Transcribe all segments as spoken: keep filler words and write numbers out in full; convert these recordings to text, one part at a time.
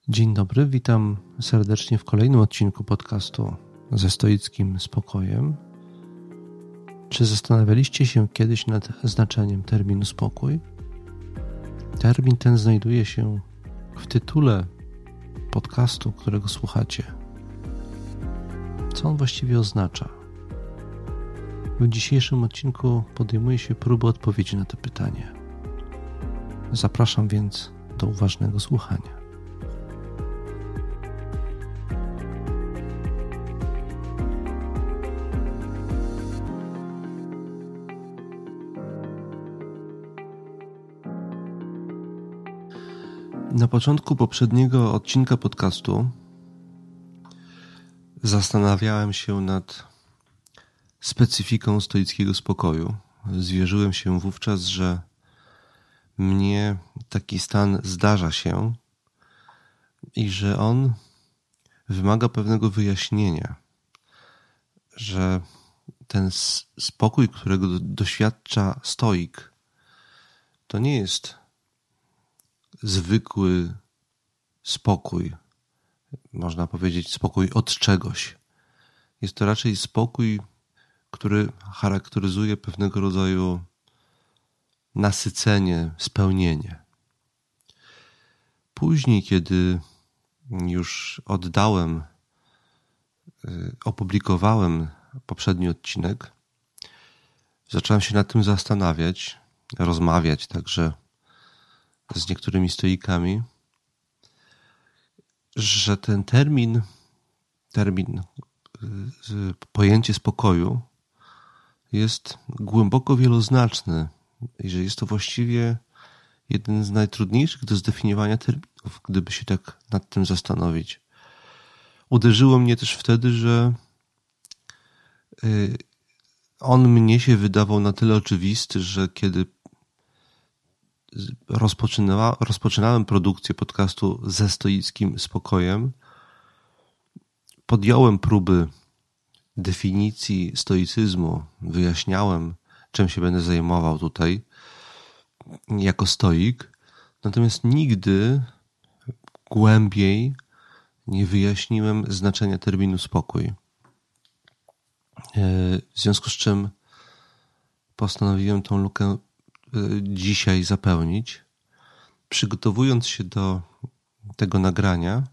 Dzień dobry, witam serdecznie w kolejnym odcinku podcastu Ze stoickim spokojem. Czy zastanawialiście się kiedyś nad znaczeniem terminu spokój? Termin ten znajduje się w tytule podcastu, którego słuchacie. Co on właściwie oznacza? W dzisiejszym odcinku podejmuję się próby odpowiedzi na to pytanie. Zapraszam więc do uważnego słuchania. Na początku poprzedniego odcinka podcastu zastanawiałem się nad specyfiką stoickiego spokoju. Zwierzyłem się wówczas, że mnie taki stan zdarza się i że on wymaga pewnego wyjaśnienia, że ten spokój, którego doświadcza stoik, to nie jest zwykły spokój, można powiedzieć spokój od czegoś. Jest to raczej spokój, który charakteryzuje pewnego rodzaju nasycenie, spełnienie. Później, kiedy już oddałem, opublikowałem poprzedni odcinek, zacząłem się nad tym zastanawiać, rozmawiać także z niektórymi stoikami, że ten termin, termin, pojęcie spokoju jest głęboko wieloznaczny i że jest to właściwie jeden z najtrudniejszych do zdefiniowania terminów, gdyby się tak nad tym zastanowić. Uderzyło mnie też wtedy, że on mnie się wydawał na tyle oczywisty, że kiedy Rozpoczyna, rozpoczynałem produkcję podcastu Ze stoickim spokojem, podjąłem próby definicji stoicyzmu, wyjaśniałem, czym się będę zajmował tutaj jako stoik, natomiast nigdy głębiej nie wyjaśniłem znaczenia terminu spokój. W związku z czym postanowiłem tą lukę dzisiaj zapełnić. Przygotowując się do tego nagrania,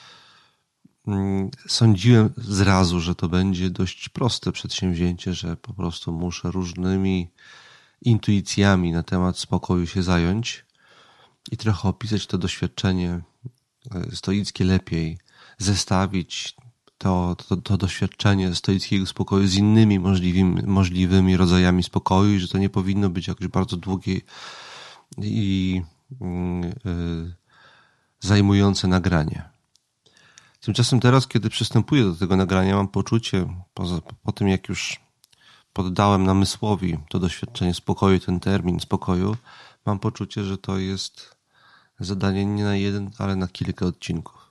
sądziłem zrazu, że to będzie dość proste przedsięwzięcie, że po prostu muszę różnymi intuicjami na temat spokoju się zająć i trochę opisać to doświadczenie stoickie lepiej, zestawić to, to, to doświadczenie stoickiego spokoju z innymi możliwymi, możliwymi rodzajami spokoju i że to nie powinno być jakoś bardzo długie i yy, zajmujące nagranie. Tymczasem teraz, kiedy przystępuję do tego nagrania, mam poczucie, po, po tym jak już poddałem namysłowi to doświadczenie spokoju, ten termin spokoju, mam poczucie, że to jest zadanie nie na jeden, ale na kilka odcinków.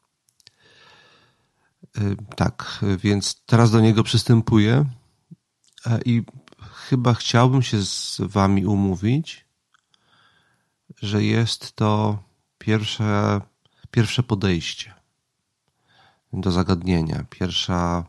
Tak, więc teraz do niego przystępuję i chyba chciałbym się z wami umówić, że jest to pierwsze, pierwsze podejście do zagadnienia, pierwsza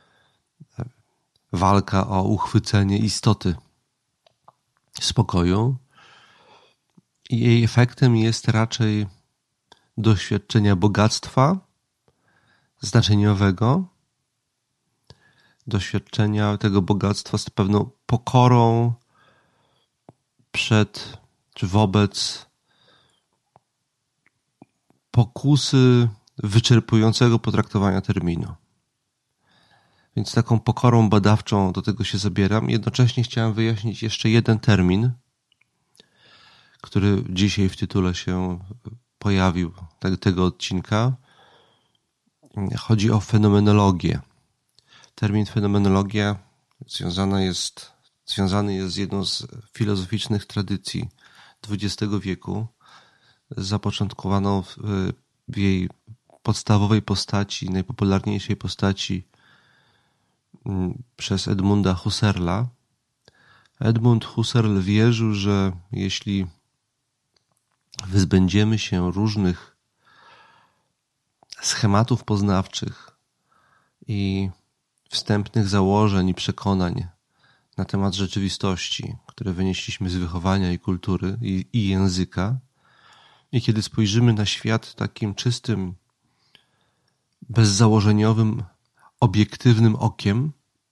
walka o uchwycenie istoty spokoju i jej efektem jest raczej doświadczenia bogactwa znaczeniowego, doświadczenia tego bogactwa z pewną pokorą przed czy wobec pokusy wyczerpującego potraktowania terminu. Więc taką pokorą badawczą do tego się zabieram. Jednocześnie chciałem wyjaśnić jeszcze jeden termin, który dzisiaj w tytule się pojawił tego odcinka. Chodzi o fenomenologię. Termin fenomenologia związana jest, związany jest z jedną z filozoficznych tradycji dwudziestego wieku, zapoczątkowaną w, w jej podstawowej postaci, najpopularniejszej postaci przez Edmunda Husserla. Edmund Husserl wierzył, że jeśli wyzbędziemy się różnych schematów poznawczych i wstępnych założeń i przekonań na temat rzeczywistości, które wynieśliśmy z wychowania i kultury i, i języka. I kiedy spojrzymy na świat takim czystym, bezzałożeniowym, obiektywnym okiem,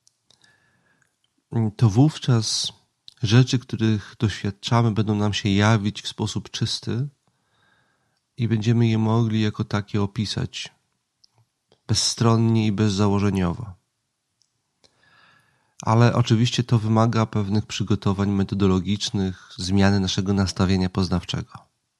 to wówczas rzeczy, których doświadczamy, będą nam się jawić w sposób czysty i będziemy je mogli jako takie opisać bezstronnie i bezzałożeniowo. Ale oczywiście to wymaga pewnych przygotowań metodologicznych, zmiany naszego nastawienia poznawczego.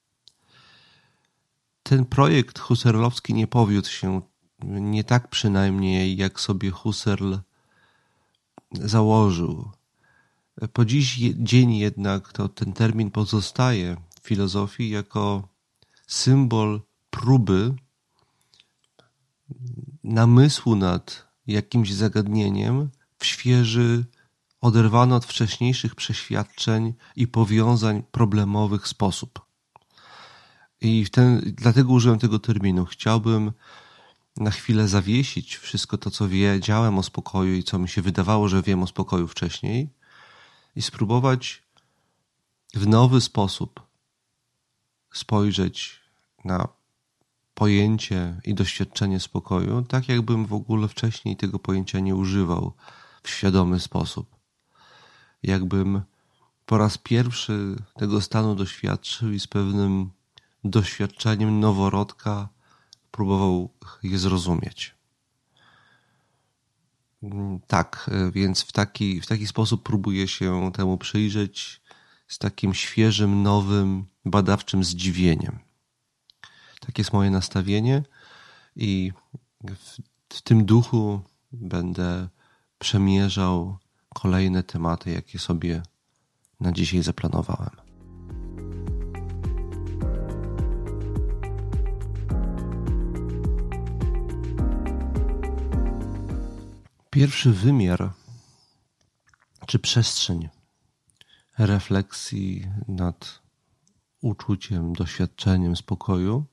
Ten projekt husserlowski nie powiódł się nie tak przynajmniej, jak sobie Husserl założył. Po dziś dzień jednak to ten termin pozostaje w filozofii jako symbol próby namysłu nad jakimś zagadnieniem w świeży, oderwany od wcześniejszych przeświadczeń i powiązań problemowych sposób. I w ten, dlatego użyłem tego terminu. Chciałbym na chwilę zawiesić wszystko to, co wiedziałem o spokoju i co mi się wydawało, że wiem o spokoju wcześniej i spróbować w nowy sposób spojrzeć na pojęcie i doświadczenie spokoju, tak jakbym w ogóle wcześniej tego pojęcia nie używał w świadomy sposób. Jakbym po raz pierwszy tego stanu doświadczył i z pewnym doświadczeniem noworodka próbował je zrozumieć. Tak, więc w taki, w taki sposób próbuję się temu przyjrzeć z takim świeżym, nowym, badawczym zdziwieniem. Takie jest moje nastawienie i w, w tym duchu będę przemierzał kolejne tematy, jakie sobie na dzisiaj zaplanowałem. Pierwszy wymiar czy przestrzeń refleksji nad uczuciem, doświadczeniem spokoju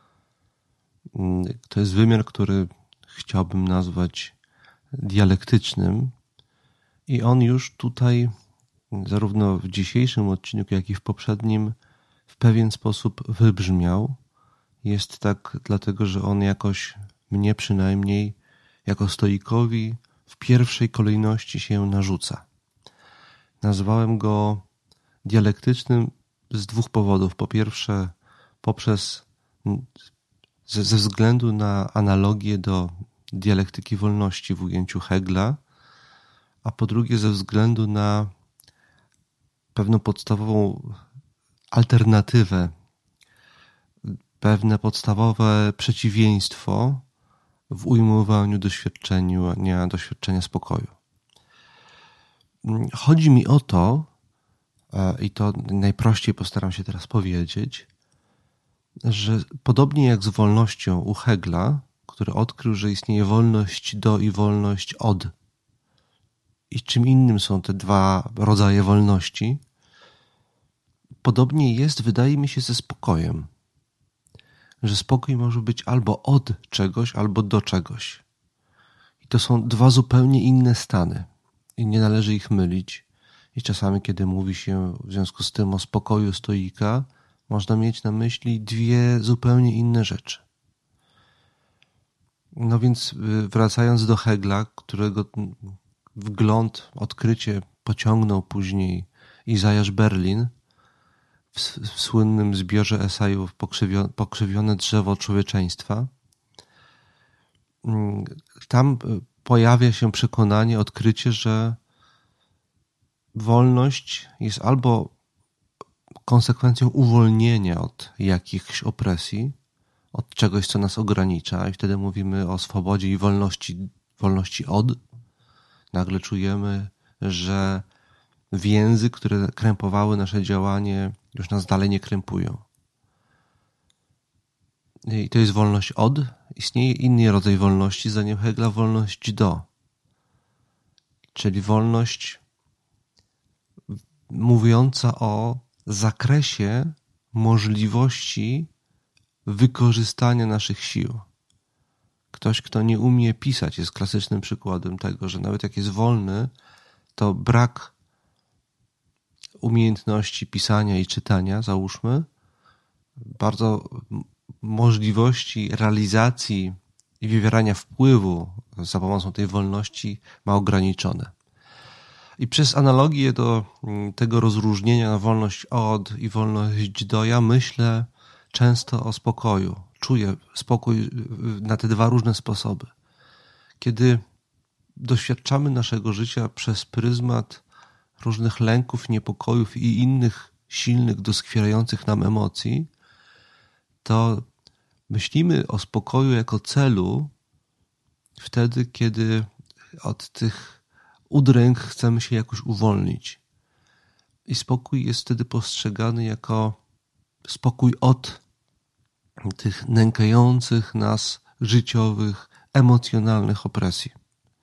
to jest wymiar, który chciałbym nazwać dialektycznym i on już tutaj zarówno w dzisiejszym odcinku, jak i w poprzednim w pewien sposób wybrzmiał. Jest tak dlatego, że on jakoś mnie przynajmniej jako stoikowi w pierwszej kolejności się narzuca. Nazwałem go dialektycznym z dwóch powodów. Po pierwsze, poprzez ze, ze względu na analogię do dialektyki wolności w ujęciu Hegla, a po drugie ze względu na pewną podstawową alternatywę, pewne podstawowe przeciwieństwo w ujmowaniu doświadczenia, doświadczenia spokoju. Chodzi mi o to, i to najprościej postaram się teraz powiedzieć, że podobnie jak z wolnością u Hegla, który odkrył, że istnieje wolność do i wolność od, i czym innym są te dwa rodzaje wolności, podobnie jest, wydaje mi się, ze spokojem. Że spokój może być albo od czegoś, albo do czegoś. I to są dwa zupełnie inne stany. I nie należy ich mylić. I czasami, kiedy mówi się w związku z tym o spokoju stoika, można mieć na myśli dwie zupełnie inne rzeczy. No więc wracając do Hegla, którego wgląd, odkrycie pociągnął później Izajasz Berlin w, w słynnym zbiorze esejów Pokrzywione, Pokrzywione drzewo człowieczeństwa. Tam pojawia się przekonanie, odkrycie, że wolność jest albo konsekwencją uwolnienia od jakichś opresji, od czegoś, co nas ogranicza, i wtedy mówimy o swobodzie i wolności, wolności od. Nagle czujemy, że więzy, które krępowały nasze działanie, już nas dalej nie krępują. I to jest wolność od. Istnieje inny rodzaj wolności, zdaniem Hegla wolność do. Czyli wolność mówiąca o zakresie możliwości wykorzystania naszych sił. Ktoś, kto nie umie pisać, jest klasycznym przykładem tego, że nawet jak jest wolny, to brak umiejętności pisania i czytania, załóżmy, bardzo możliwości realizacji i wywierania wpływu za pomocą tej wolności ma ograniczone. I przez analogię do tego rozróżnienia na wolność od i wolność do, ja myślę często o spokoju. Czuję spokój na te dwa różne sposoby. Kiedy doświadczamy naszego życia przez pryzmat różnych lęków, niepokojów i innych silnych, doskwierających nam emocji, to myślimy o spokoju jako celu wtedy, kiedy od tych udręk chcemy się jakoś uwolnić. I spokój jest wtedy postrzegany jako spokój od tych nękających nas życiowych, emocjonalnych opresji.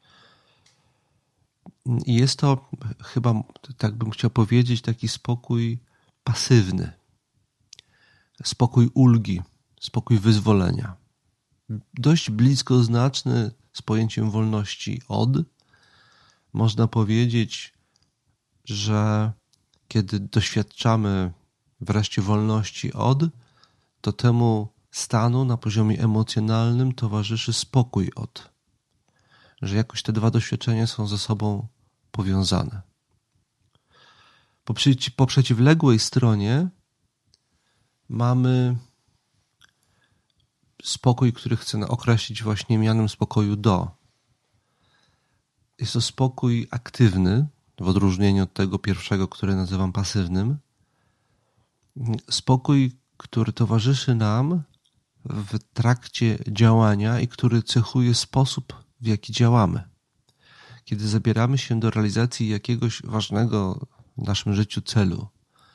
I jest to chyba, tak bym chciał powiedzieć, taki spokój pasywny. Spokój ulgi, spokój wyzwolenia. Dość bliskoznaczny z pojęciem wolności od. Można powiedzieć, że kiedy doświadczamy wreszcie wolności od, to temu stanu na poziomie emocjonalnym towarzyszy spokój od. Że jakoś te dwa doświadczenia są ze sobą powiązane. Po, przeci- po przeciwległej stronie mamy spokój, który chcę określić właśnie mianem spokoju do. Jest to spokój aktywny, w odróżnieniu od tego pierwszego, który nazywam pasywnym. Spokój, który towarzyszy nam w trakcie działania i który cechuje sposób, w jaki działamy. Kiedy zabieramy się do realizacji jakiegoś ważnego w naszym życiu celu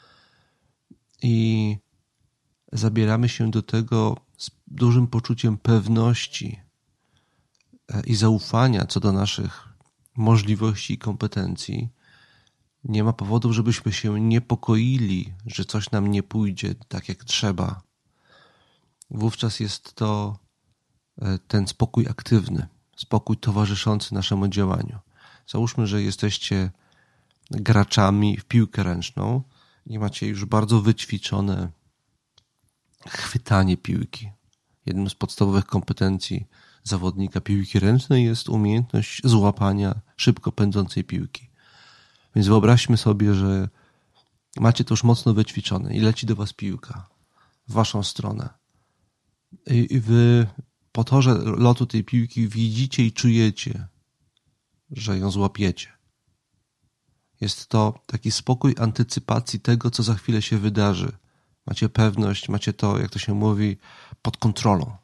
i zabieramy się do tego z dużym poczuciem pewności i zaufania co do naszych możliwości i kompetencji, nie ma powodów, żebyśmy się niepokoili, że coś nam nie pójdzie tak jak trzeba. Wówczas jest to ten spokój aktywny, spokój towarzyszący naszemu działaniu. Załóżmy, że jesteście graczami w piłkę ręczną i macie już bardzo wyćwiczone chwytanie piłki. Jedną z podstawowych kompetencji zawodnika piłki ręcznej jest umiejętność złapania szybko pędzącej piłki. Więc wyobraźmy sobie, że macie to już mocno wyćwiczone i leci do was piłka w waszą stronę. I wy po torze lotu tej piłki widzicie i czujecie, że ją złapiecie. Jest to taki spokój antycypacji tego, co za chwilę się wydarzy. Macie pewność, macie to, jak to się mówi, pod kontrolą.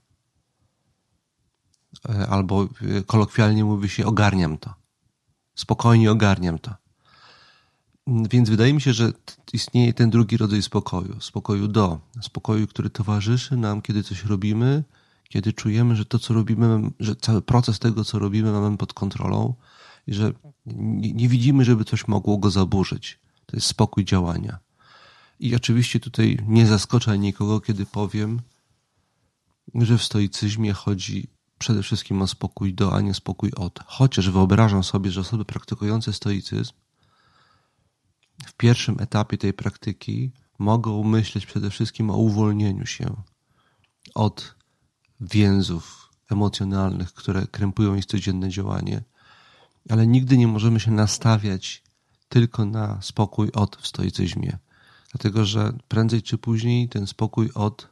Albo kolokwialnie mówi się, ogarniam to. Spokojnie ogarniam to. Więc wydaje mi się, że istnieje ten drugi rodzaj spokoju. Spokoju do. Spokoju, który towarzyszy nam, kiedy coś robimy, kiedy czujemy, że to, co robimy, że cały proces tego, co robimy, mamy pod kontrolą i że nie, nie widzimy, żeby coś mogło go zaburzyć. To jest spokój działania. I oczywiście tutaj nie zaskoczę nikogo, kiedy powiem, że w stoicyzmie chodzi przede wszystkim o spokój do, a nie spokój od. Chociaż wyobrażam sobie, że osoby praktykujące stoicyzm w pierwszym etapie tej praktyki mogą myśleć przede wszystkim o uwolnieniu się od więzów emocjonalnych, które krępują ich codzienne działanie, ale nigdy nie możemy się nastawiać tylko na spokój od w stoicyzmie, dlatego że prędzej czy później ten spokój od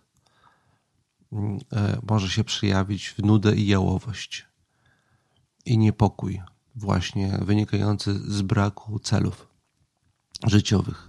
może się przejawić w nudę i jałowość i niepokój właśnie wynikający z braku celów życiowych.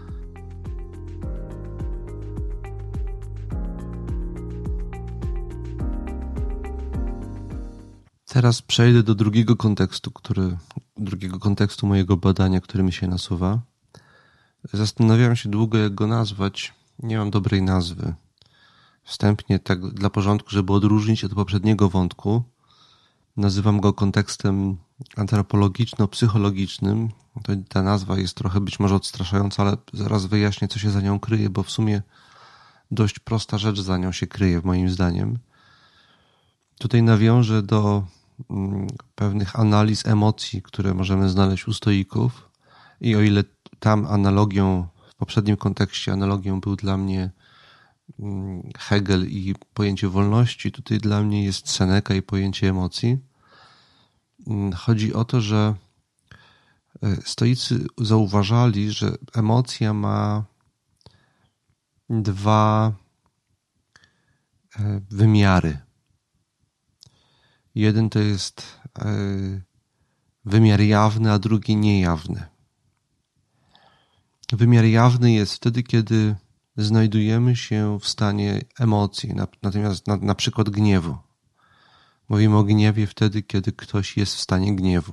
Teraz przejdę do drugiego kontekstu, który, drugiego kontekstu mojego badania, który mi się nasuwa. Zastanawiałem się długo, jak go nazwać. Nie mam dobrej nazwy. Wstępnie, tak dla porządku, żeby odróżnić od poprzedniego wątku, nazywam go kontekstem antropologiczno-psychologicznym. To, ta nazwa jest trochę być może odstraszająca, ale zaraz wyjaśnię, co się za nią kryje, bo w sumie dość prosta rzecz za nią się kryje, moim zdaniem. tutaj nawiążę do pewnych analiz emocji, które możemy znaleźć u stoików i o ile tam analogią, w poprzednim kontekście analogią był dla mnie Hegel i pojęcie wolności, tutaj dla mnie jest Seneca i pojęcie emocji. Chodzi o to, że stoicy zauważali, że emocja ma dwa wymiary. Jeden to jest wymiar jawny, a drugi niejawny. Wymiar jawny jest wtedy, kiedy znajdujemy się w stanie emocji, natomiast na, na przykład gniewu. Mówimy o gniewie wtedy, kiedy ktoś jest w stanie gniewu.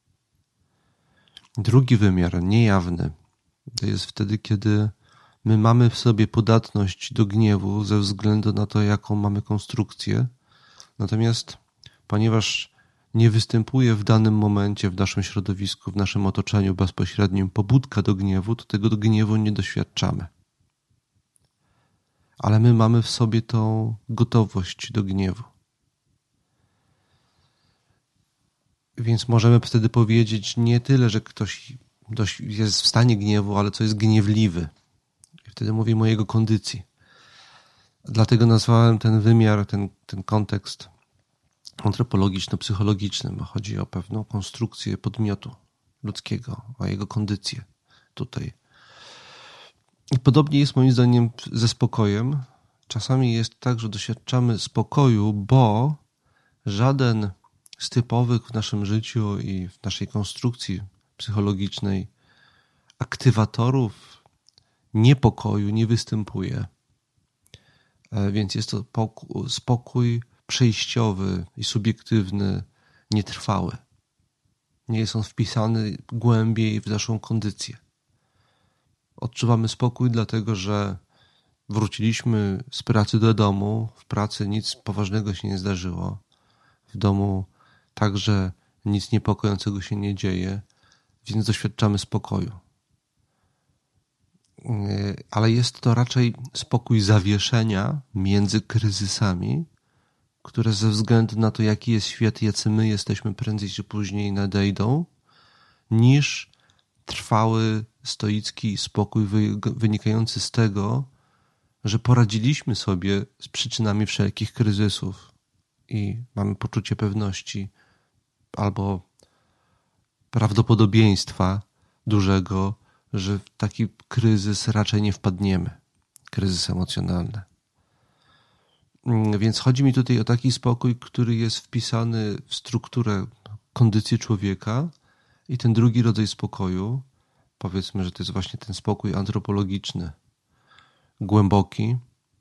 Drugi wymiar, niejawny, to jest wtedy, kiedy my mamy w sobie podatność do gniewu ze względu na to, jaką mamy konstrukcję. Natomiast ponieważ nie występuje w danym momencie w naszym środowisku, w naszym otoczeniu bezpośrednim pobudka do gniewu, to tego gniewu nie doświadczamy. Ale my mamy w sobie tą gotowość do gniewu. Więc możemy wtedy powiedzieć nie tyle, że ktoś jest w stanie gniewu, ale co jest gniewliwy. I wtedy mówimy o jego kondycji. Dlatego nazwałem ten wymiar, ten, ten kontekst antropologiczno-psychologiczny, bo chodzi o pewną konstrukcję podmiotu ludzkiego, o jego kondycję tutaj. I podobnie jest moim zdaniem ze spokojem. Czasami jest tak, że doświadczamy spokoju, bo żaden z typowych w naszym życiu i w naszej konstrukcji psychologicznej aktywatorów niepokoju nie występuje. Więc jest to spokój przejściowy i subiektywny, nietrwały. Nie jest on wpisany głębiej w naszą kondycję. Odczuwamy spokój dlatego, że wróciliśmy z pracy do domu, w pracy nic poważnego się nie zdarzyło, w domu także nic niepokojącego się nie dzieje, więc doświadczamy spokoju. Ale jest to raczej spokój zawieszenia między kryzysami, które ze względu na to, jaki jest świat, jacy my jesteśmy, prędzej czy później nadejdą, niż trwały, stoicki spokój wynikający z tego, że poradziliśmy sobie z przyczynami wszelkich kryzysów i mamy poczucie pewności albo prawdopodobieństwa dużego, że w taki kryzys raczej nie wpadniemy. Kryzys emocjonalny. Więc chodzi mi tutaj o taki spokój, który jest wpisany w strukturę kondycji człowieka i ten drugi rodzaj spokoju, powiedzmy, że to jest właśnie ten spokój antropologiczny, głęboki,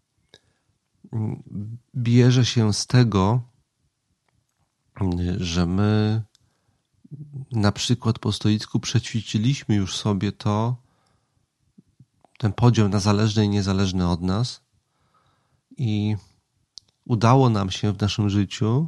bierze się z tego, że my na przykład po stoicku przećwiczyliśmy już sobie to, ten podział na zależny i niezależny od nas i udało nam się w naszym życiu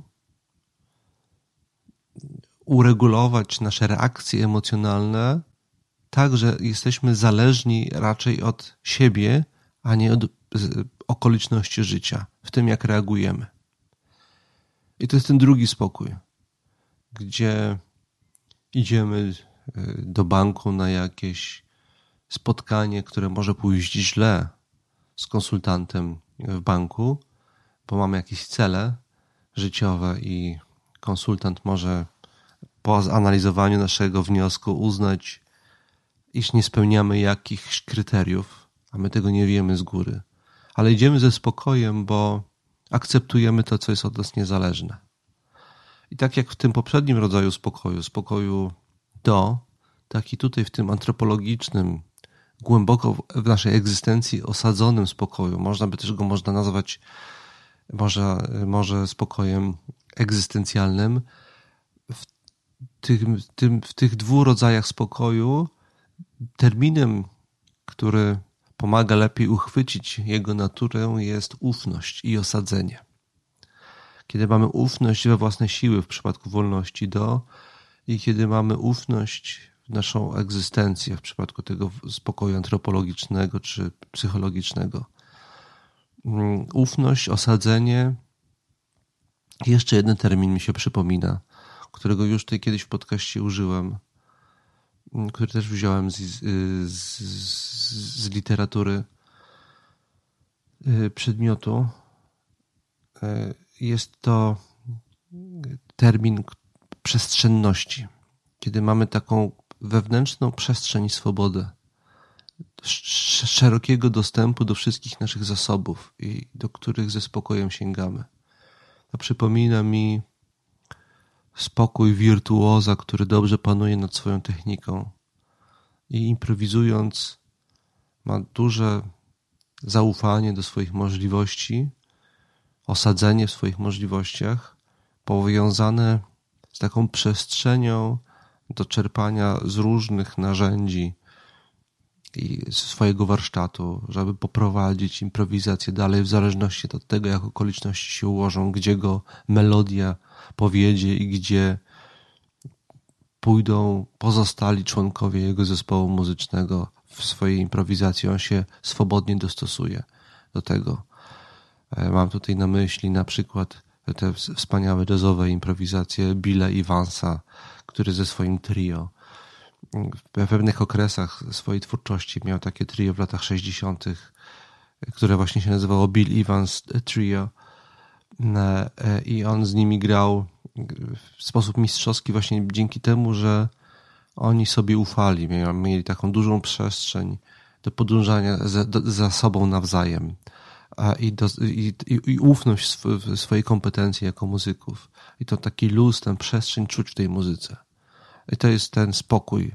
uregulować nasze reakcje emocjonalne tak, że jesteśmy zależni raczej od siebie, a nie od okoliczności życia, w tym jak reagujemy. I to jest ten drugi spokój, gdzie idziemy do banku na jakieś spotkanie, które może pójść źle z konsultantem w banku, bo mamy jakieś cele życiowe i konsultant może po zanalizowaniu naszego wniosku uznać, iż nie spełniamy jakichś kryteriów, a my tego nie wiemy z góry. Ale idziemy ze spokojem, bo akceptujemy to, co jest od nas niezależne. I tak jak w tym poprzednim rodzaju spokoju, spokoju do, tak i tutaj w tym antropologicznym, głęboko w naszej egzystencji osadzonym spokoju, można by też go można nazwać może, może spokojem egzystencjalnym, w, tym, tym, w tych dwóch rodzajach spokoju terminem, który pomaga lepiej uchwycić jego naturę, jest ufność i osadzenie. Kiedy mamy ufność we własne siły w przypadku wolności do i kiedy mamy ufność w naszą egzystencję w przypadku tego spokoju antropologicznego czy psychologicznego. Ufność, osadzenie Jeszcze jeden termin mi się przypomina, którego już tutaj kiedyś w podcaście użyłem, który też wziąłem z, z, z, z literatury przedmiotu. Jest to termin przestrzenności, kiedy mamy taką wewnętrzną przestrzeń i swobodę, szerokiego dostępu do wszystkich naszych zasobów i do których ze spokojem sięgamy. To przypomina mi spokój wirtuoza, który dobrze panuje nad swoją techniką i improwizując ma duże zaufanie do swoich możliwości, osadzenie w swoich możliwościach, powiązane z taką przestrzenią do czerpania z różnych narzędzi i swojego warsztatu, żeby poprowadzić improwizację dalej w zależności od tego, jak okoliczności się ułożą, gdzie go melodia powiedzie i gdzie pójdą pozostali członkowie jego zespołu muzycznego w swojej improwizacji. On się swobodnie dostosuje do tego. Mam tutaj na myśli na przykład te wspaniałe jazzowe improwizacje Billa Evansa, który ze swoim trio w pewnych okresach swojej twórczości miał takie trio w latach sześćdziesiątych, które właśnie się nazywało Bill Evans Trio i on z nimi grał w sposób mistrzowski właśnie dzięki temu, że oni sobie ufali, mieli taką dużą przestrzeń do podążania za, do, za sobą nawzajem i, do, i, i ufność w swojej kompetencji jako muzyków. I to taki luz, tę przestrzeń czuć w tej muzyce. I to jest ten spokój,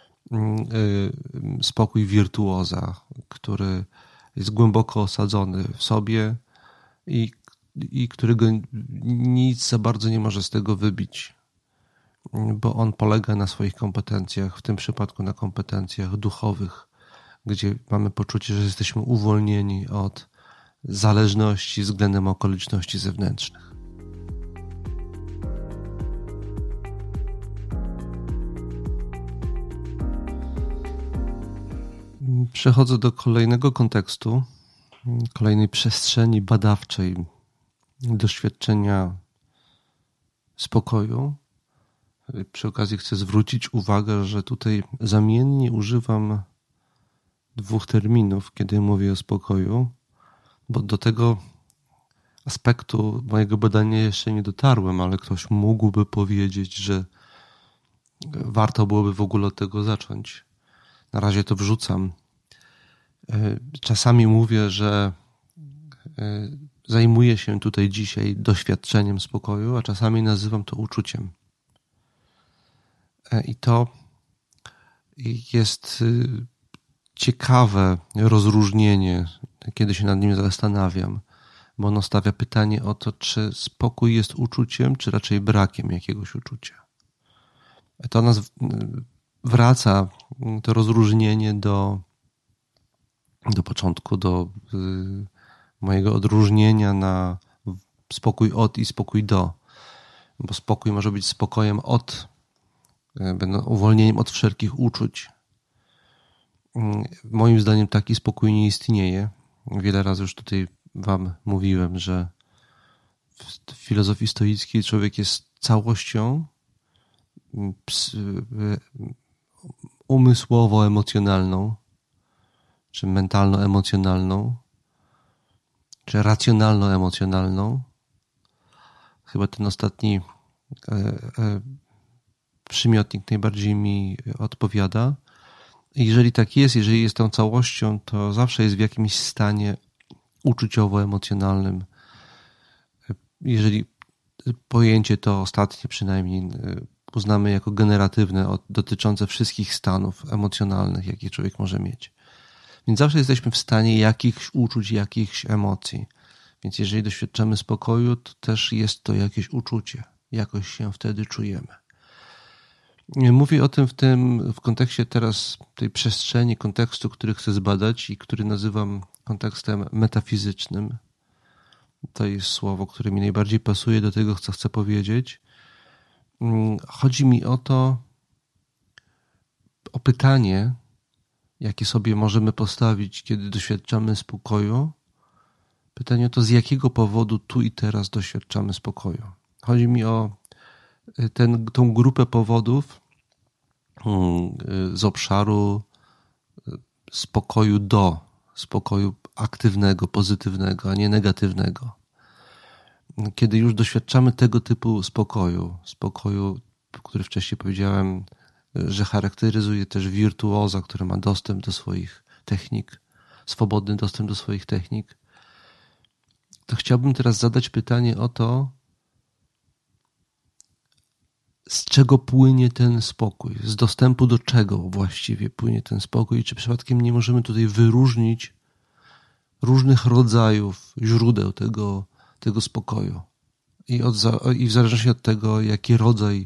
spokój wirtuoza, który jest głęboko osadzony w sobie i, i którego nic za bardzo nie może z tego wybić, bo on polega na swoich kompetencjach, w tym przypadku na kompetencjach duchowych, gdzie mamy poczucie, że jesteśmy uwolnieni od zależności względem okoliczności zewnętrznych. Przechodzę do kolejnego kontekstu, kolejnej przestrzeni badawczej doświadczenia spokoju. Przy okazji chcę zwrócić uwagę, że tutaj zamiennie używam dwóch terminów, kiedy mówię o spokoju, bo do tego aspektu mojego badania jeszcze nie dotarłem, ale ktoś mógłby powiedzieć, że warto byłoby w ogóle od tego zacząć. Na razie to wrzucam. Czasami mówię, że zajmuję się tutaj dzisiaj doświadczeniem spokoju, a czasami nazywam to uczuciem. I to jest ciekawe rozróżnienie, kiedy się nad nim zastanawiam, bo ono stawia pytanie o to, czy spokój jest uczuciem, czy raczej brakiem jakiegoś uczucia. To nas wraca, to rozróżnienie do, do początku, do y, mojego odróżnienia na spokój od i spokój do, bo spokój może być spokojem od, y, uwolnieniem od wszelkich uczuć. Y, moim zdaniem taki spokój nie istnieje. Wiele razy już tutaj wam mówiłem, że w filozofii stoickiej człowiek jest całością umysłowo-emocjonalną, czy mentalno-emocjonalną, czy racjonalno-emocjonalną. Chyba ten ostatni e, e, przymiotnik najbardziej mi odpowiada. I jeżeli tak jest, jeżeli jest tą całością, to zawsze jest w jakimś stanie uczuciowo-emocjonalnym. Jeżeli pojęcie to ostatnie przynajmniej uznamy jako generatywne, dotyczące wszystkich stanów emocjonalnych, jakie człowiek może mieć. Więc zawsze jesteśmy w stanie jakichś uczuć, jakichś emocji. Więc jeżeli doświadczamy spokoju, to też jest to jakieś uczucie. Jakoś się wtedy czujemy. Mówię o tym w tym, w kontekście teraz tej przestrzeni, kontekstu, który chcę zbadać i który nazywam kontekstem metafizycznym. To jest słowo, które mi najbardziej pasuje do tego, co chcę powiedzieć. Chodzi mi o to, o pytanie, jakie sobie możemy postawić, kiedy doświadczamy spokoju, Pytanie o to, z jakiego powodu tu i teraz doświadczamy spokoju. Chodzi mi o ten, tą grupę powodów z obszaru spokoju do, spokoju aktywnego, pozytywnego, a nie negatywnego. Kiedy już doświadczamy tego typu spokoju, spokoju, który wcześniej powiedziałem, że charakteryzuje też wirtuoza, który ma dostęp do swoich technik, swobodny dostęp do swoich technik, to chciałbym teraz zadać pytanie o to, z czego płynie ten spokój, z dostępu do czego właściwie płynie ten spokój i czy przypadkiem nie możemy tutaj wyróżnić różnych rodzajów źródeł tego, tego spokoju. I, od, I w zależności od tego, jaki rodzaj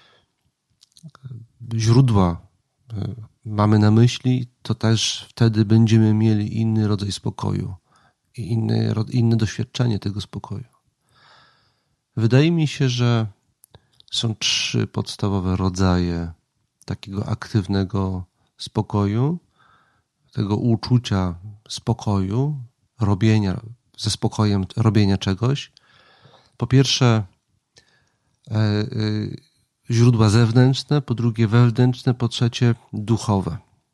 źródła mamy na myśli, to też wtedy będziemy mieli inny rodzaj spokoju i inne, inne doświadczenie tego spokoju. Wydaje mi się, że są trzy podstawowe rodzaje takiego aktywnego spokoju, tego uczucia spokoju, robienia ze spokojem, robienia czegoś. Po pierwsze e, e, źródła zewnętrzne, po drugie wewnętrzne, po trzecie duchowe.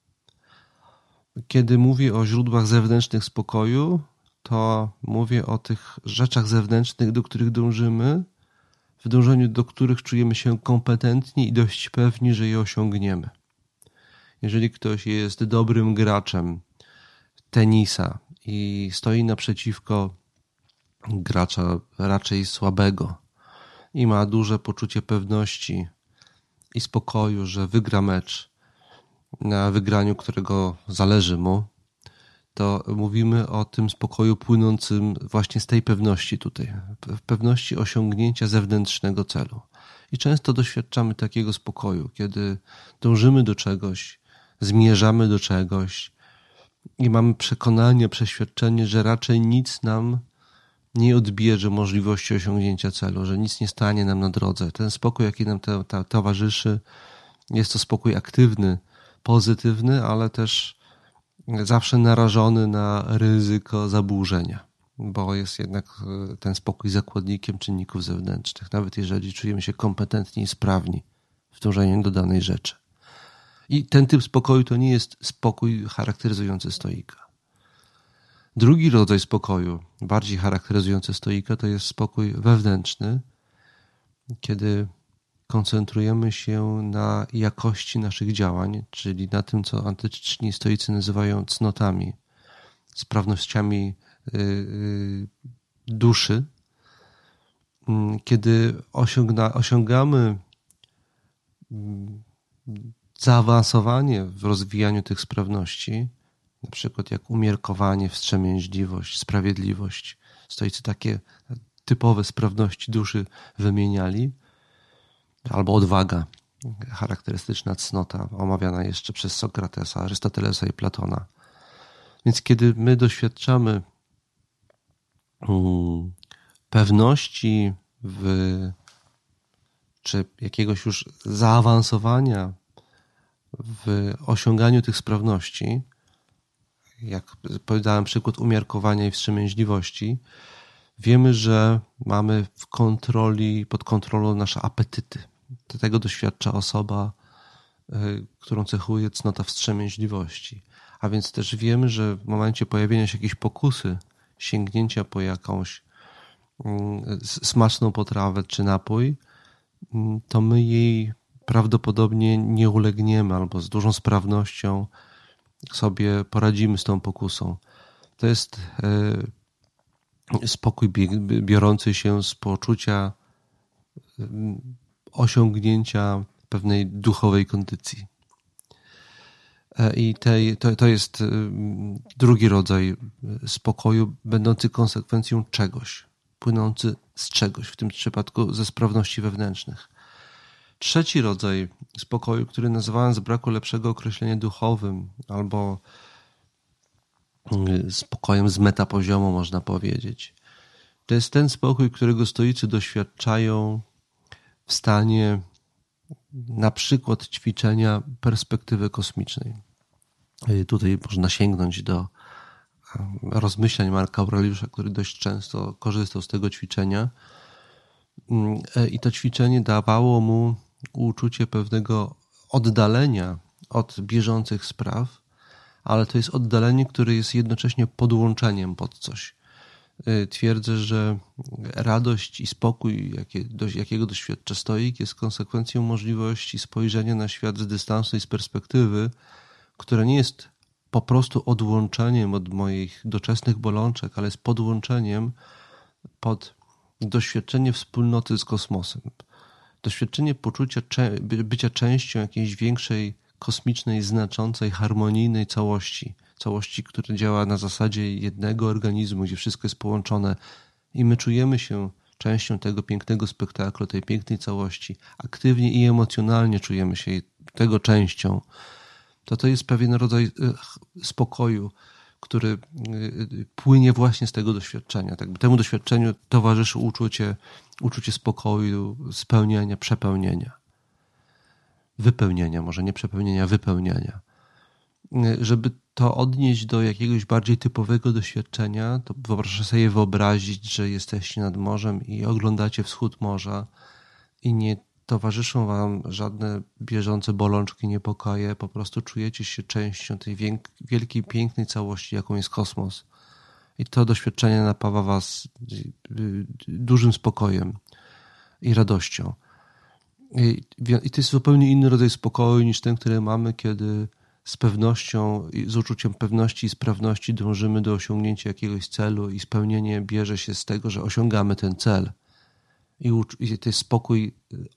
Kiedy mówię o źródłach zewnętrznych spokoju, to mówię o tych rzeczach zewnętrznych, do których dążymy, w dążeniu do których czujemy się kompetentni i dość pewni, że je osiągniemy. Jeżeli ktoś jest dobrym graczem tenisa i stoi naprzeciwko gracza raczej słabego i ma duże poczucie pewności i spokoju, że wygra mecz, na wygraniu którego zależy mu, to mówimy o tym spokoju płynącym właśnie z tej pewności tutaj, pewności osiągnięcia zewnętrznego celu. I często doświadczamy takiego spokoju, kiedy dążymy do czegoś, zmierzamy do czegoś i mamy przekonanie, przeświadczenie, że raczej nic nam nie odbierze możliwości osiągnięcia celu, że nic nie stanie nam na drodze. Ten spokój, jaki nam to, to, towarzyszy, jest to spokój aktywny, pozytywny, ale też zawsze narażony na ryzyko zaburzenia, bo jest jednak ten spokój zakładnikiem czynników zewnętrznych, nawet jeżeli czujemy się kompetentni i sprawni w dążeniu do danej rzeczy. I ten typ spokoju to nie jest spokój charakteryzujący stoika. Drugi rodzaj spokoju, bardziej charakteryzujący stoika, to jest spokój wewnętrzny, kiedy koncentrujemy się na jakości naszych działań, czyli na tym, co antyczni stoicy nazywają cnotami, sprawnościami duszy. Kiedy osiągna, osiągamy zaawansowanie w rozwijaniu tych sprawności, na przykład jak umiarkowanie, wstrzemięźliwość, sprawiedliwość. Stoicy takie typowe sprawności duszy wymieniali, albo odwaga, charakterystyczna cnota, omawiana jeszcze przez Sokratesa, Arystotelesa i Platona. Więc kiedy my doświadczamy um, pewności w, czy jakiegoś już zaawansowania w osiąganiu tych sprawności, jak podałem przykład umiarkowania i wstrzemięźliwości, wiemy, że mamy w kontroli, pod kontrolą nasze apetyty. Tego doświadcza osoba, którą cechuje cnota wstrzemięźliwości. A więc też wiemy, że w momencie pojawienia się jakiejś pokusy, sięgnięcia po jakąś smaczną potrawę czy napój, to my jej prawdopodobnie nie ulegniemy albo z dużą sprawnością sobie poradzimy z tą pokusą. To jest spokój biorący się z poczucia osiągnięcia pewnej duchowej kondycji. I tej, to, to jest drugi rodzaj spokoju, będący konsekwencją czegoś, płynący z czegoś, w tym przypadku ze sprawności wewnętrznych. Trzeci rodzaj spokoju, który nazywałem z braku lepszego określenia duchowym, albo spokojem z metapoziomu, można powiedzieć. To jest ten spokój, którego stoicy doświadczają w stanie na przykład ćwiczenia perspektywy kosmicznej. Tutaj można sięgnąć do rozmyślań Marka Aureliusza, który dość często korzystał z tego ćwiczenia. I to ćwiczenie dawało mu uczucie pewnego oddalenia od bieżących spraw, ale to jest oddalenie, które jest jednocześnie podłączeniem pod coś. Twierdzę, że radość i spokój, jakie, jakiego doświadcza stoik, jest konsekwencją możliwości spojrzenia na świat z dystansu i z perspektywy, która nie jest po prostu odłączeniem od moich doczesnych bolączek, ale jest podłączeniem pod doświadczenie wspólnoty z kosmosem. Doświadczenie poczucia bycia częścią jakiejś większej, kosmicznej, znaczącej, harmonijnej całości. Całości, która działa na zasadzie jednego organizmu, gdzie wszystko jest połączone i my czujemy się częścią tego pięknego spektaklu, tej pięknej całości. Aktywnie i emocjonalnie czujemy się tego częścią. To to jest pewien rodzaj spokoju, który płynie właśnie z tego doświadczenia. Tak, temu doświadczeniu towarzyszy uczucie, uczucie spokoju, spełnienia, przepełnienia. Wypełnienia, może nie przepełnienia, wypełnienia. Żeby to odnieść do jakiegoś bardziej typowego doświadczenia, to proszę sobie wyobrazić, że jesteście nad morzem i oglądacie wschód morza i nie towarzyszą wam żadne bieżące bolączki, niepokoje, po prostu czujecie się częścią tej wielkiej, pięknej całości, jaką jest kosmos. I to doświadczenie napawa was dużym spokojem i radością. I, i to jest zupełnie inny rodzaj spokoju niż ten, który mamy, kiedy z pewnością, z uczuciem pewności i sprawności dążymy do osiągnięcia jakiegoś celu i spełnienie bierze się z tego, że osiągamy ten cel. I, i to jest spokój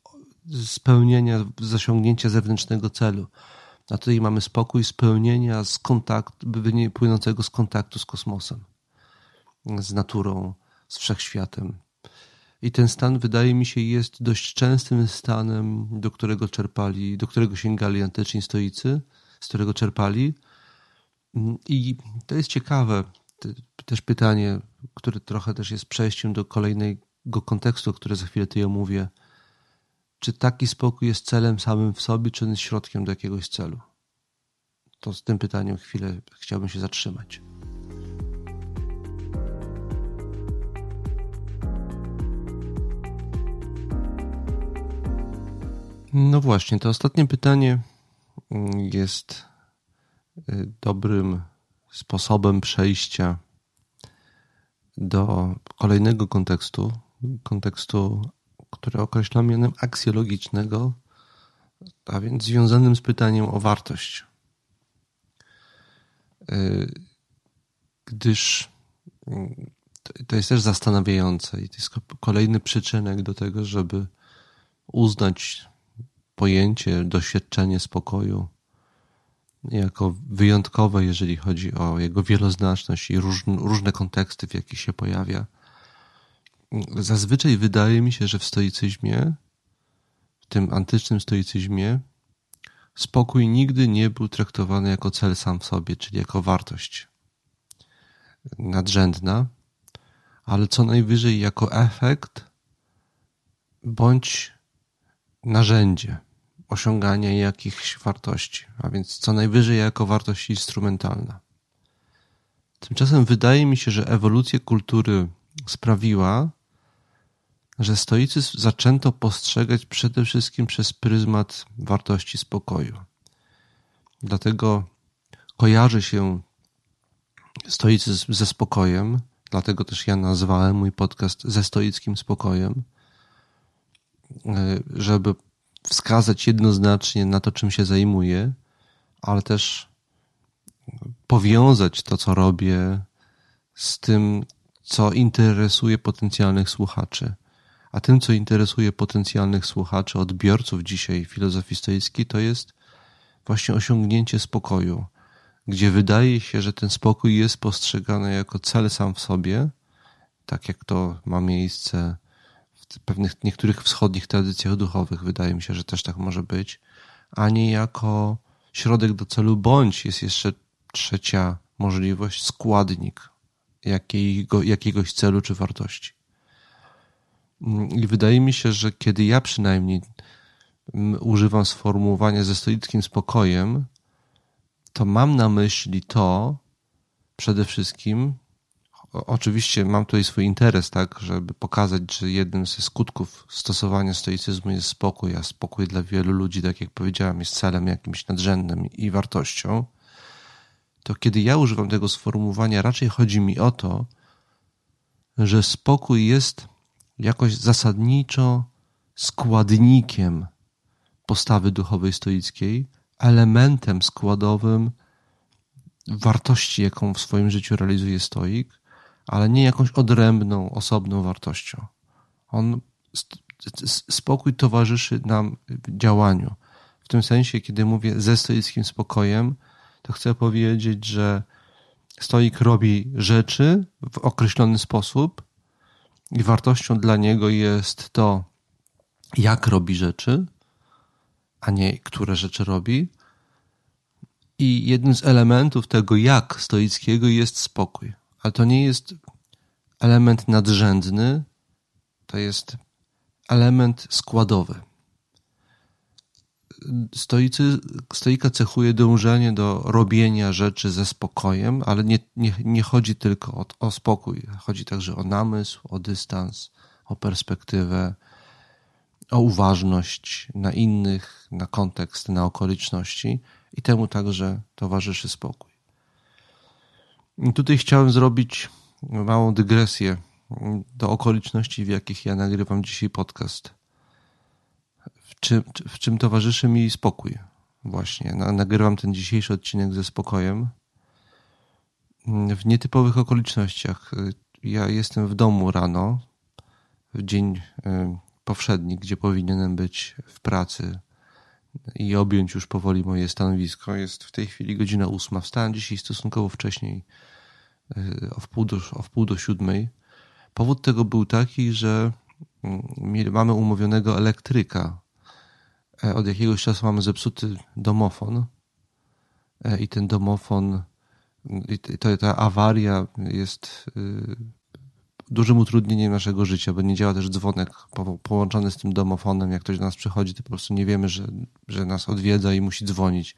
spełnienia, zasiągnięcia zewnętrznego celu. A tutaj mamy spokój spełnienia z kontaktu, płynącego z kontaktu z kosmosem, z naturą, z wszechświatem. I ten stan, wydaje mi się, jest dość częstym stanem, do którego czerpali, do którego sięgali antyczni stoicy, z którego czerpali. I to jest ciekawe, też pytanie, które trochę też jest przejściem do kolejnego kontekstu, który za chwilę tutaj omówię. Czy taki spokój jest celem samym w sobie, czy on jest środkiem do jakiegoś celu? To z tym pytaniem chwilę chciałbym się zatrzymać. No właśnie, to ostatnie pytanie jest dobrym sposobem przejścia do kolejnego kontekstu, kontekstu, który określam mianem aksjologicznego, a więc związanym z pytaniem o wartość. Gdyż to jest też zastanawiające i to jest kolejny przyczynek do tego, żeby uznać pojęcie, doświadczenie spokoju jako wyjątkowe, jeżeli chodzi o jego wieloznaczność i różne, różne konteksty, w jakich się pojawia. Zazwyczaj wydaje mi się, że w stoicyzmie, w tym antycznym stoicyzmie, spokój nigdy nie był traktowany jako cel sam w sobie, czyli jako wartość nadrzędna, ale co najwyżej jako efekt bądź narzędzie osiągania jakichś wartości, a więc co najwyżej jako wartość instrumentalna. Tymczasem wydaje mi się, że ewolucja kultury sprawiła, że stoicyzm zaczęto postrzegać przede wszystkim przez pryzmat wartości spokoju. Dlatego kojarzy się stoicyzm ze spokojem, dlatego też ja nazwałem mój podcast Ze stoickim spokojem, żeby wskazać jednoznacznie na to, czym się zajmuję, ale też powiązać to, co robię, z tym, co interesuje potencjalnych słuchaczy. A tym, co interesuje potencjalnych słuchaczy, odbiorców dzisiaj filozofii stoickiej, to jest właśnie osiągnięcie spokoju, gdzie wydaje się, że ten spokój jest postrzegany jako cel sam w sobie, tak jak to ma miejsce w pewnych niektórych wschodnich tradycjach duchowych, wydaje mi się, że też tak może być, a nie jako środek do celu, bądź jest jeszcze trzecia możliwość, składnik jakiego, jakiegoś celu czy wartości. I wydaje mi się, że kiedy ja przynajmniej używam sformułowania ze stoickim spokojem, to mam na myśli to, przede wszystkim, o, oczywiście mam tutaj swój interes, tak, żeby pokazać, że jednym ze skutków stosowania stoicyzmu jest spokój, a spokój dla wielu ludzi, tak jak powiedziałem, jest celem jakimś nadrzędnym i wartością, to kiedy ja używam tego sformułowania, raczej chodzi mi o to, że spokój jest jakoś zasadniczo składnikiem postawy duchowej stoickiej, elementem składowym wartości, jaką w swoim życiu realizuje stoik, ale nie jakąś odrębną, osobną wartością. On, spokój towarzyszy nam w działaniu. W tym sensie, kiedy mówię ze stoickim spokojem, to chcę powiedzieć, że stoik robi rzeczy w określony sposób i wartością dla niego jest to, jak robi rzeczy, a nie które rzeczy robi. I jednym z elementów tego jak stoickiego jest spokój. Ale to nie jest element nadrzędny, to jest element składowy. Stoicy, stoika cechuje dążenie do robienia rzeczy ze spokojem, ale nie, nie, nie chodzi tylko o, o spokój. Chodzi także o namysł, o dystans, o perspektywę, o uważność na innych, na kontekst, na okoliczności i temu także towarzyszy spokój. I tutaj chciałem zrobić małą dygresję do okoliczności, w jakich ja nagrywam dzisiaj podcast. W czym, w czym towarzyszy mi spokój. Właśnie. Nagrywam ten dzisiejszy odcinek ze spokojem. W nietypowych okolicznościach. Ja jestem w domu rano, w dzień powszedni, gdzie powinienem być w pracy i objąć już powoli moje stanowisko. Jest w tej chwili godzina ósma. Wstałem dzisiaj stosunkowo wcześniej, o wpół do, o wpół do siódmej. Powód tego był taki, że mamy umówionego elektryka. Od jakiegoś czasu mamy zepsuty domofon i ten domofon, i to, ta awaria jest dużym utrudnieniem naszego życia, bo nie działa też dzwonek połączony z tym domofonem. Jak ktoś do nas przychodzi, to po prostu nie wiemy, że, że nas odwiedza i musi dzwonić.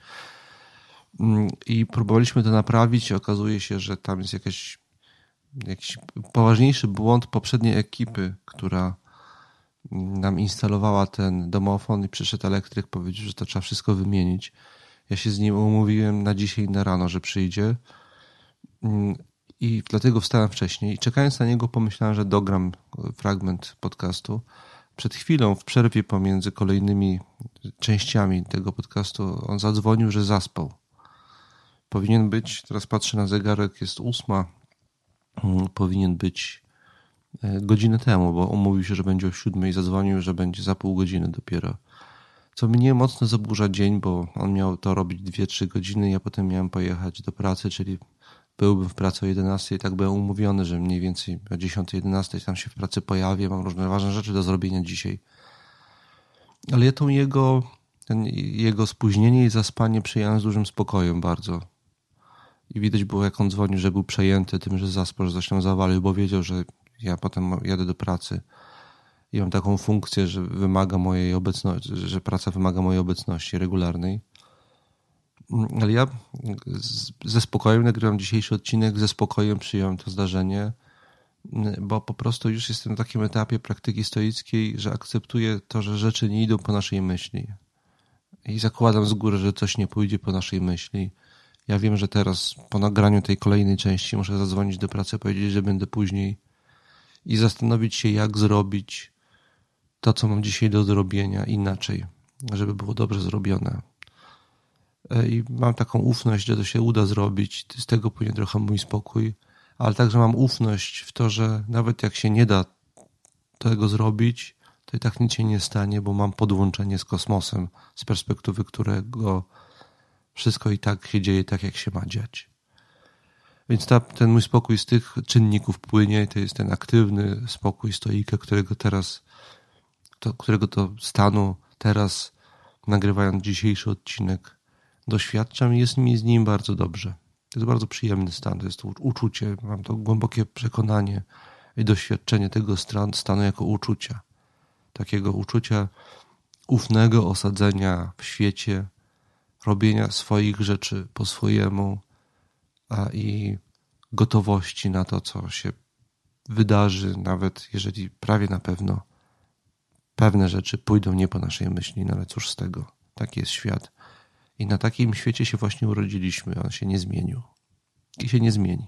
I próbowaliśmy to naprawić. Okazuje się, że tam jest jakaś, jakiś poważniejszy błąd poprzedniej ekipy, która nam instalowała ten domofon i przyszedł elektryk, powiedział, że to trzeba wszystko wymienić. Ja się z nim umówiłem na dzisiaj na rano, że przyjdzie i dlatego wstałem wcześniej i czekając na niego pomyślałem, że dogram fragment podcastu. Przed chwilą w przerwie pomiędzy kolejnymi częściami tego podcastu on zadzwonił, że zaspał. Powinien być, teraz patrzę na zegarek, jest ósma, powinien być godzinę temu, bo umówił się, że będzie o siódmej i zadzwonił, że będzie za pół godziny dopiero. Co mnie mocno zaburza dzień, bo on miał to robić dwie trzy godziny, ja potem miałem pojechać do pracy, czyli byłbym w pracy o jedenastej, tak byłem umówiony, że mniej więcej o dziesiątej, jedenastej tam się w pracy pojawię, mam różne ważne rzeczy do zrobienia dzisiaj. Ale ja tą jego, ten jego spóźnienie i zaspanie przyjąłem z dużym spokojem bardzo. I widać było, jak on dzwonił, że był przejęty tym, że zaspał, że coś tam zawalił, bo wiedział, że ja potem jadę do pracy i mam taką funkcję, że wymaga mojej obecności, że praca wymaga mojej obecności regularnej. Ale ja ze spokojem nagrywam dzisiejszy odcinek, ze spokojem przyjąłem to zdarzenie, bo po prostu już jestem na takim etapie praktyki stoickiej, że akceptuję to, że rzeczy nie idą po naszej myśli. I zakładam z góry, że coś nie pójdzie po naszej myśli. Ja wiem, że teraz po nagraniu tej kolejnej części muszę zadzwonić do pracy, powiedzieć, że będę później i zastanowić się, jak zrobić to, co mam dzisiaj do zrobienia inaczej, żeby było dobrze zrobione. I mam taką ufność, że to się uda zrobić. Z tego płynie trochę mój spokój, ale także mam ufność w to, że nawet jak się nie da tego zrobić, to i tak nic się nie stanie, bo mam podłączenie z kosmosem, z perspektywy którego wszystko i tak się dzieje tak, jak się ma dziać. Więc ta, ten mój spokój z tych czynników płynie, to jest ten aktywny spokój stoika, którego teraz, to, którego to stanu teraz, nagrywając dzisiejszy odcinek, doświadczam i jest mi z nim bardzo dobrze. To jest bardzo przyjemny stan, to jest to uczucie, mam to głębokie przekonanie i doświadczenie tego stanu jako uczucia. Takiego uczucia ufnego osadzenia w świecie, robienia swoich rzeczy po swojemu a i gotowości na to, co się wydarzy, nawet jeżeli prawie na pewno pewne rzeczy pójdą nie po naszej myśli, no ale cóż z tego, taki jest świat. I na takim świecie się właśnie urodziliśmy, on się nie zmienił i się nie zmieni.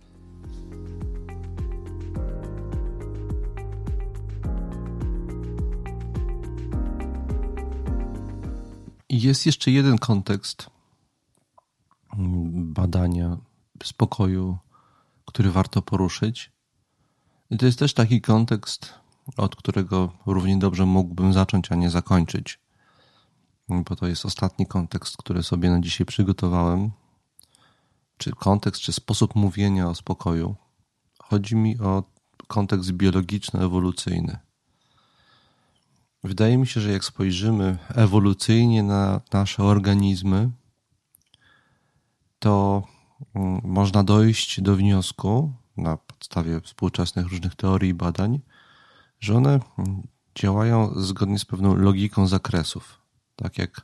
I jest jeszcze jeden kontekst badania spokoju, który warto poruszyć. I to jest też taki kontekst, od którego równie dobrze mógłbym zacząć, a nie zakończyć. Bo to jest ostatni kontekst, który sobie na dzisiaj przygotowałem. Czy kontekst, czy sposób mówienia o spokoju. Chodzi mi o kontekst biologiczno-ewolucyjny. Wydaje mi się, że jak spojrzymy ewolucyjnie na nasze organizmy, to można dojść do wniosku, na podstawie współczesnych różnych teorii i badań, że one działają zgodnie z pewną logiką zakresów. Tak jak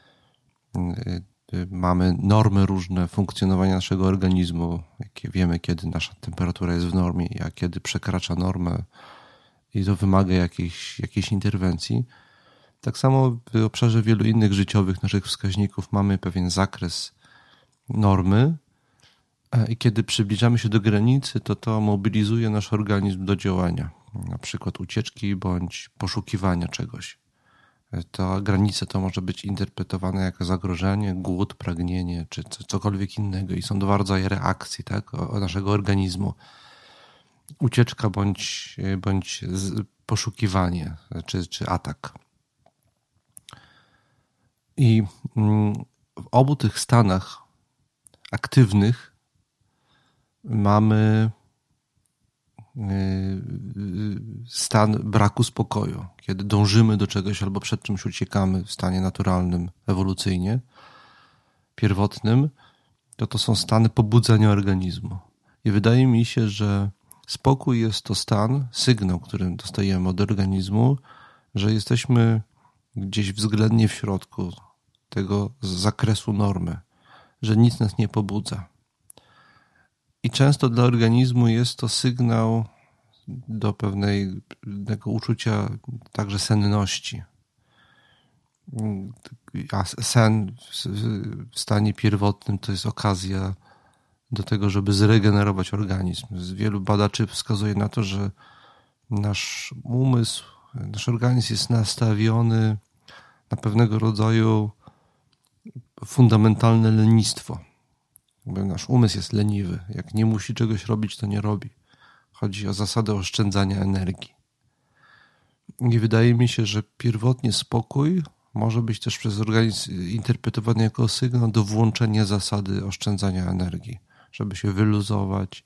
mamy normy różne funkcjonowania naszego organizmu, jakie wiemy, kiedy nasza temperatura jest w normie, a kiedy przekracza normę i to wymaga jakiejś, jakiejś interwencji. Tak samo w obszarze wielu innych życiowych naszych wskaźników mamy pewien zakres normy i kiedy przybliżamy się do granicy, to to mobilizuje nasz organizm do działania, na przykład ucieczki bądź poszukiwania czegoś. Ta granica to może być interpretowane jako zagrożenie, głód, pragnienie czy cokolwiek innego i są dwa rodzaje reakcji, tak, o naszego organizmu. Ucieczka bądź, bądź poszukiwanie czy, czy atak. I w obu tych stanach aktywnych mamy stan braku spokoju, kiedy dążymy do czegoś albo przed czymś uciekamy w stanie naturalnym, ewolucyjnie, pierwotnym, to to są stany pobudzenia organizmu. I wydaje mi się, że spokój jest to stan, sygnał, który dostajemy od organizmu, że jesteśmy gdzieś względnie w środku tego zakresu normy, że nic nas nie pobudza. I często dla organizmu jest to sygnał do pewnego uczucia także senności. A sen w stanie pierwotnym to jest okazja do tego, żeby zregenerować organizm. Wielu badaczy wskazuje na to, że nasz umysł, nasz organizm jest nastawiony na pewnego rodzaju fundamentalne lenistwo. Nasz umysł jest leniwy. Jak nie musi czegoś robić, to nie robi. Chodzi o zasadę oszczędzania energii. I wydaje mi się, że pierwotnie spokój może być też przez organizm interpretowany jako sygnał do włączenia zasady oszczędzania energii, żeby się wyluzować,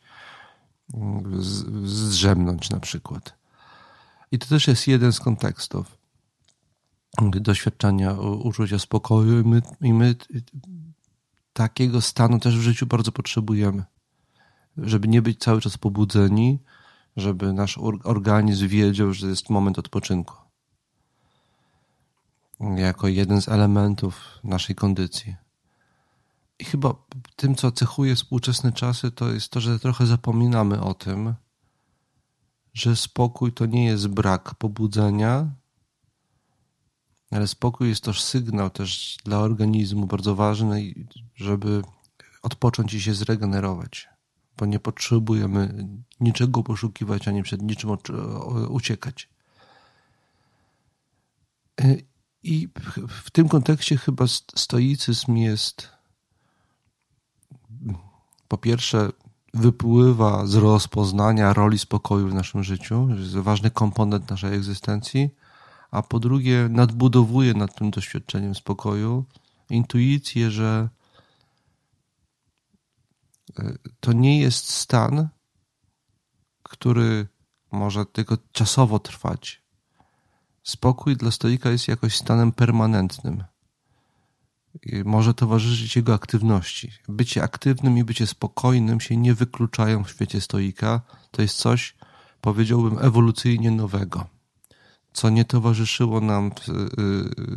zdrzemnąć na przykład. I to też jest jeden z kontekstów doświadczania uczucia spokoju i my, i my takiego stanu też w życiu bardzo potrzebujemy. Żeby nie być cały czas pobudzeni, żeby nasz organizm wiedział, że jest moment odpoczynku. Jako jeden z elementów naszej kondycji. I chyba tym, co cechuje współczesne czasy, to jest to, że trochę zapominamy o tym, że spokój to nie jest brak pobudzenia, ale spokój jest też sygnał też dla organizmu bardzo ważny, żeby odpocząć i się zregenerować. Bo nie potrzebujemy niczego poszukiwać, ani przed niczym uciekać. I w tym kontekście chyba stoicyzm jest, po pierwsze, wypływa z rozpoznania roli spokoju w naszym życiu, że jest to ważny komponent naszej egzystencji, a po drugie nadbudowuje nad tym doświadczeniem spokoju intuicję, że to nie jest stan, który może tylko czasowo trwać. Spokój dla stoika jest jakoś stanem permanentnym. I może towarzyszyć jego aktywności. Bycie aktywnym i bycie spokojnym się nie wykluczają w świecie stoika. To jest coś, powiedziałbym, ewolucyjnie nowego, co nie towarzyszyło nam w,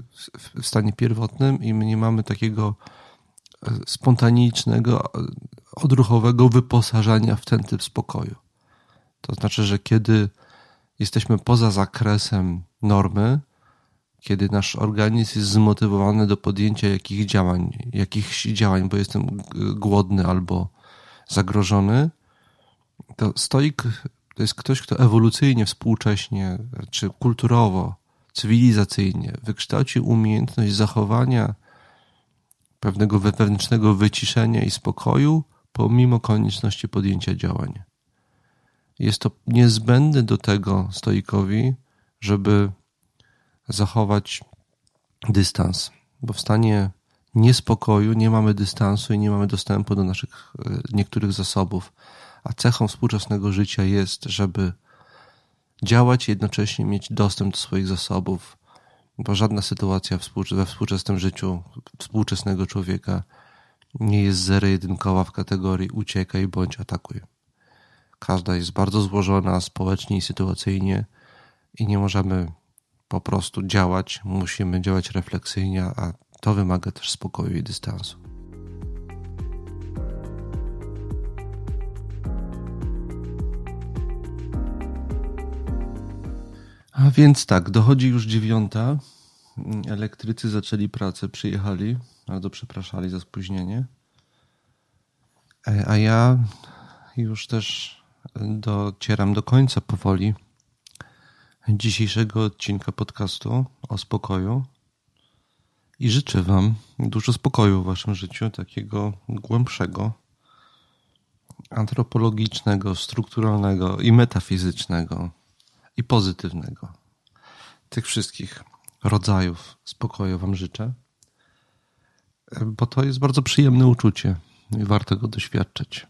w stanie pierwotnym i my nie mamy takiego spontanicznego odruchowego wyposażenia w ten typ spokoju. To znaczy, że kiedy jesteśmy poza zakresem normy, kiedy nasz organizm jest zmotywowany do podjęcia jakich działań, jakichś działań, bo jestem głodny albo zagrożony, to stoik to jest ktoś, kto ewolucyjnie, współcześnie, czy kulturowo, cywilizacyjnie wykształcił umiejętność zachowania pewnego wewnętrznego wyciszenia i spokoju pomimo konieczności podjęcia działań. Jest to niezbędne do tego stoikowi, żeby zachować dystans, bo w stanie niespokoju nie mamy dystansu i nie mamy dostępu do naszych niektórych zasobów, a cechą współczesnego życia jest, żeby działać i jednocześnie mieć dostęp do swoich zasobów, bo żadna sytuacja we współczesnym życiu współczesnego człowieka nie jest zero-jedynkowa w kategorii uciekaj bądź atakuj. Każda jest bardzo złożona społecznie i sytuacyjnie i nie możemy po prostu działać, musimy działać refleksyjnie, a to wymaga też spokoju i dystansu. A więc tak, dochodzi już dziewiąta. Elektrycy zaczęli pracę, przyjechali, bardzo przepraszali za spóźnienie. A ja już też docieram do końca powoli dzisiejszego odcinka podcastu o spokoju i życzę Wam dużo spokoju w Waszym życiu, takiego głębszego, antropologicznego, strukturalnego i metafizycznego i pozytywnego. Tych wszystkich rodzajów spokoju Wam życzę, bo to jest bardzo przyjemne uczucie i warto go doświadczać.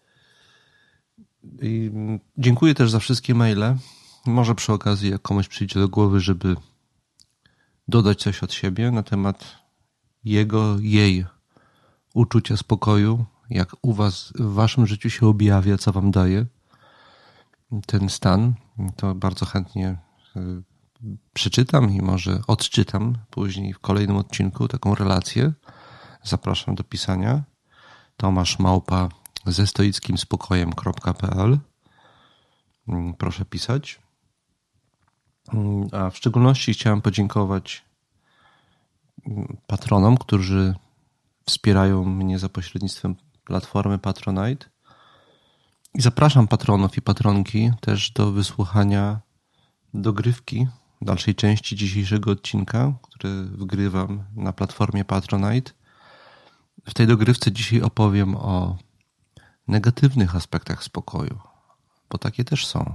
I dziękuję też za wszystkie maile. Może przy okazji, jak komuś przyjdzie do głowy, żeby dodać coś od siebie na temat jego, jej uczucia spokoju, jak u Was w Waszym życiu się objawia, co Wam daje ten stan, to bardzo chętnie przeczytam i może odczytam później w kolejnym odcinku taką relację. Zapraszam do pisania. Tomasz Małpa ze stoickim spokojem kropka p l. Proszę pisać. A w szczególności chciałem podziękować patronom, którzy wspierają mnie za pośrednictwem platformy Patronite. I zapraszam patronów i patronki też do wysłuchania dogrywki dalszej części dzisiejszego odcinka, który wgrywam na platformie Patronite. W tej dogrywce dzisiaj opowiem o negatywnych aspektach spokoju, bo takie też są.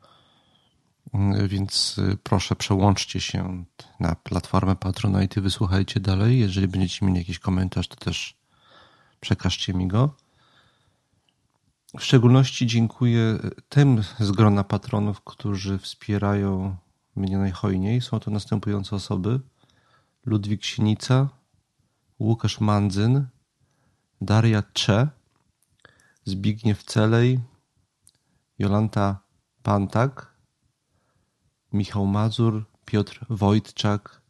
Więc proszę, przełączcie się na platformę Patronite i wysłuchajcie dalej. Jeżeli będziecie mieli jakiś komentarz, to też przekażcie mi go. W szczególności dziękuję tym z grona patronów, którzy wspierają mnie najhojniej. Są to następujące osoby: Ludwik Sienica, Łukasz Mandzyn, Daria Cze, Zbigniew Celej, Jolanta Pantak, Michał Mazur, Piotr Wojtczak,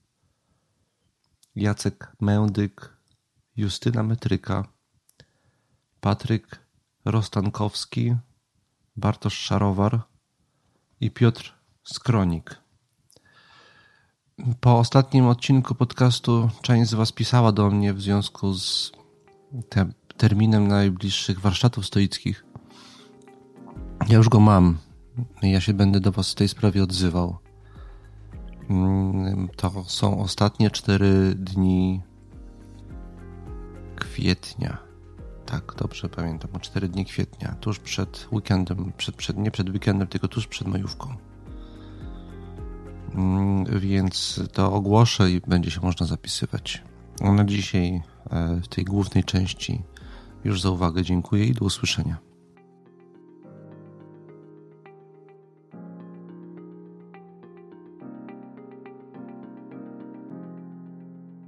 Jacek Mędyk, Justyna Metryka, Patryk Rostankowski, Bartosz Szarowar i Piotr Skronik. Po ostatnim odcinku podcastu część z Was pisała do mnie w związku z te, terminem najbliższych warsztatów stoickich. Ja już go mam. Ja się będę do Was w tej sprawie odzywał. To są ostatnie cztery dni kwietnia. Tak, dobrze pamiętam. O cztery dni kwietnia. Tuż przed weekendem. Przed, przed, nie przed weekendem, tylko tuż przed majówką. Więc to ogłoszę i będzie się można zapisywać. Na dzisiaj w tej głównej części już za uwagę dziękuję i do usłyszenia.